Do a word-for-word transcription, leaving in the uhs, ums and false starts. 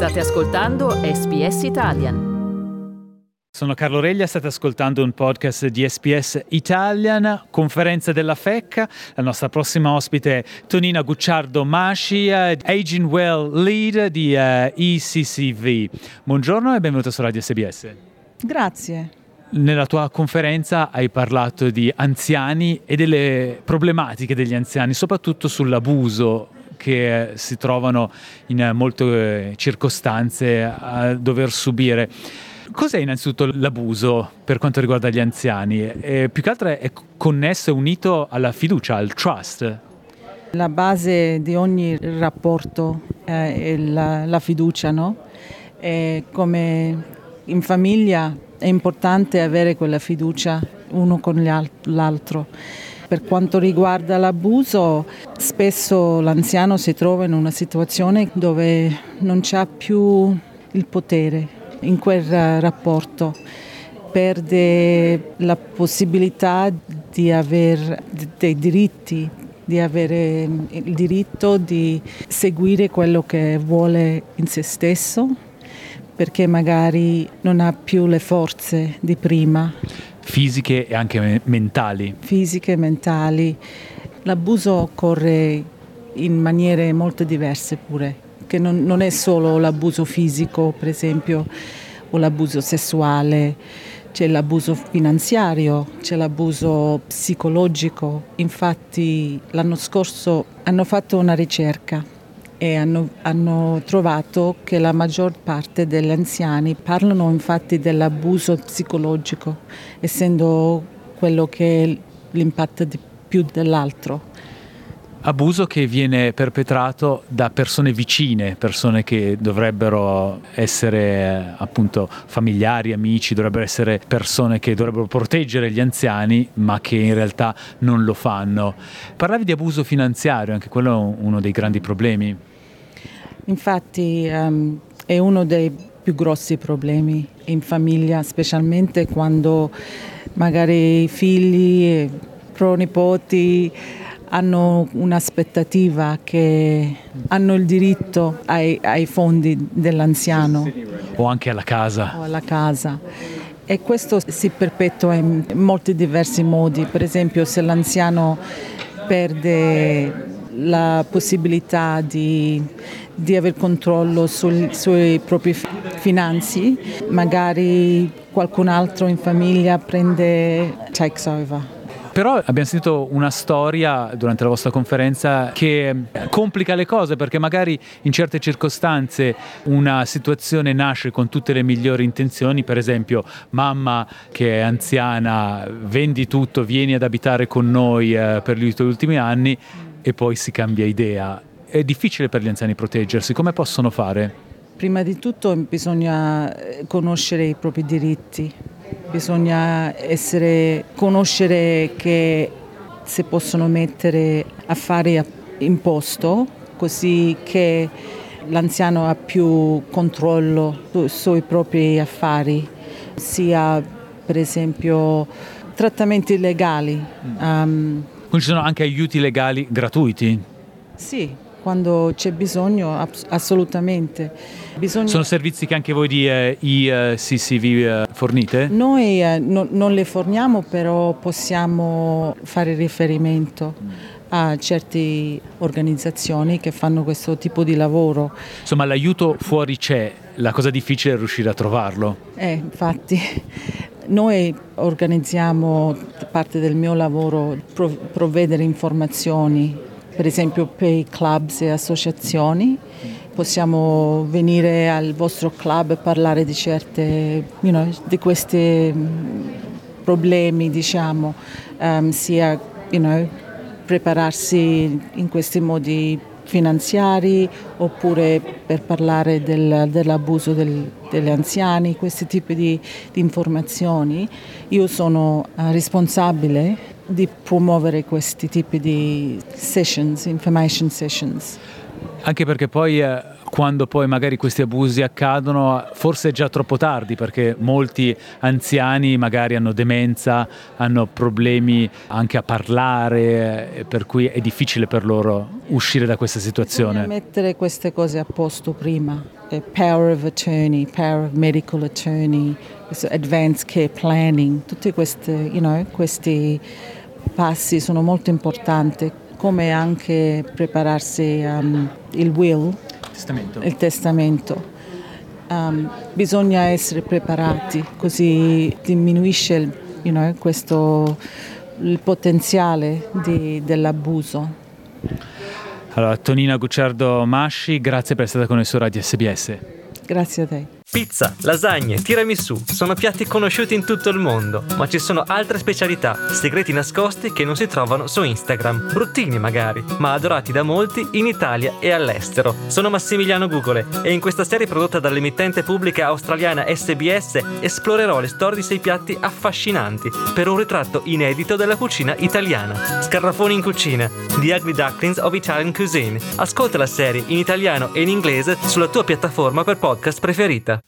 State ascoltando S B S Italian. Sono Carlo Reglia, state ascoltando un podcast di S B S Italian, conferenza della F E C. La nostra prossima ospite è Tonina Gucciardo-Masci, Aging Well Lead di uh, E C C V. Buongiorno e benvenuta su Radio S B S. Grazie. Nella tua conferenza hai parlato di anziani e delle problematiche degli anziani, soprattutto sull'abuso che si trovano in molte circostanze a dover subire. Cos'è innanzitutto l'abuso per quanto riguarda gli anziani? E più che altro è connesso e unito alla fiducia, al trust. La base di ogni rapporto è la, la fiducia, no? E come in famiglia è importante avere quella fiducia uno con l'altro. Per quanto riguarda l'abuso, spesso l'anziano si trova in una situazione dove non c'ha più il potere in quel rapporto, perde la possibilità di avere dei diritti, di avere il diritto di seguire quello che vuole in se stesso, perché magari non ha più le forze di prima. Fisiche e anche mentali. Fisiche e mentali. L'abuso occorre in maniere molto diverse pure, che non, non è solo l'abuso fisico, per esempio, o l'abuso sessuale, c'è l'abuso finanziario, c'è l'abuso psicologico. Infatti l'anno scorso hanno fatto una ricerca e hanno, hanno trovato che la maggior parte degli anziani parlano infatti dell'abuso psicologico, essendo quello che l'impatta di più dell'altro. Abuso che viene perpetrato da persone vicine, persone che dovrebbero essere appunto familiari, amici, dovrebbero essere persone che dovrebbero proteggere gli anziani, ma che in realtà non lo fanno. Parlavi di abuso finanziario, anche quello è uno dei grandi problemi. Infatti um, è uno dei più grossi problemi in famiglia, specialmente quando magari i figli, pronipoti hanno un'aspettativa che hanno il diritto ai, ai fondi dell'anziano. O anche alla casa. O alla casa. E questo si perpetua in molti diversi modi. Per esempio, se l'anziano perde la possibilità di, di avere controllo sul, sui propri finanzi, magari qualcun altro in famiglia prende takes over. Però abbiamo sentito una storia durante la vostra conferenza che complica le cose, perché magari in certe circostanze una situazione nasce con tutte le migliori intenzioni, per esempio mamma che è anziana, vendi tutto, vieni ad abitare con noi eh, per gli ultimi anni, e poi si cambia idea. È difficile per gli anziani proteggersi, come possono fare? Prima di tutto bisogna conoscere i propri diritti. Bisogna essere, conoscere che si possono mettere affari in posto, così che l'anziano ha più controllo su, sui propri affari, sia per esempio trattamenti legali. Um, Quindi ci sono anche aiuti legali gratuiti? Sì. Quando c'è bisogno, assolutamente. Bisogna... Sono servizi che anche voi di eh, E C C V eh, fornite? Noi eh, no, non le forniamo, però possiamo fare riferimento a certe organizzazioni che fanno questo tipo di lavoro. Insomma, l'aiuto fuori c'è, la cosa difficile è riuscire a trovarlo. Eh, infatti. Noi organizziamo, parte del mio lavoro, prov- provvedere informazioni, per esempio per i club e associazioni. Possiamo venire al vostro club e parlare di certe, you know, di questi problemi, diciamo, um, sia, you know, prepararsi in questi modi finanziari, oppure per parlare del, dell'abuso del, degli anziani, questi tipi di, di informazioni. Io sono uh, responsabile di promuovere questi tipi di sessions, information sessions. Anche perché poi eh, quando poi magari questi abusi accadono forse è già troppo tardi, perché molti anziani magari hanno demenza, hanno problemi anche a parlare, eh, per cui è difficile per loro uscire da questa situazione. Bisogna mettere queste cose a posto prima power of attorney, power of medical attorney, advanced care planning, tutti questi, you know, questi passi sono molto importanti, come anche prepararsi um, il will, testamento. il testamento. Um, bisogna essere preparati, così diminuisce il, you know, questo, il potenziale di, dell'abuso. Allora, Tonina Gucciardo Masci, grazie per essere stata con noi su Radio S B S. Grazie a te. Pizza, lasagne, tiramisù sono piatti conosciuti in tutto il mondo, ma ci sono altre specialità, segreti nascosti che non si trovano su Instagram, bruttini magari, ma adorati da molti in Italia e all'estero. Sono Massimiliano Gugole e in questa serie prodotta dall'emittente pubblica australiana S B S esplorerò le storie di sei piatti affascinanti per un ritratto inedito della cucina italiana. Scarrafoni in cucina, The Ugly Ducklings of Italian Cuisine. Ascolta la serie in italiano e in inglese sulla tua piattaforma per podcast preferita.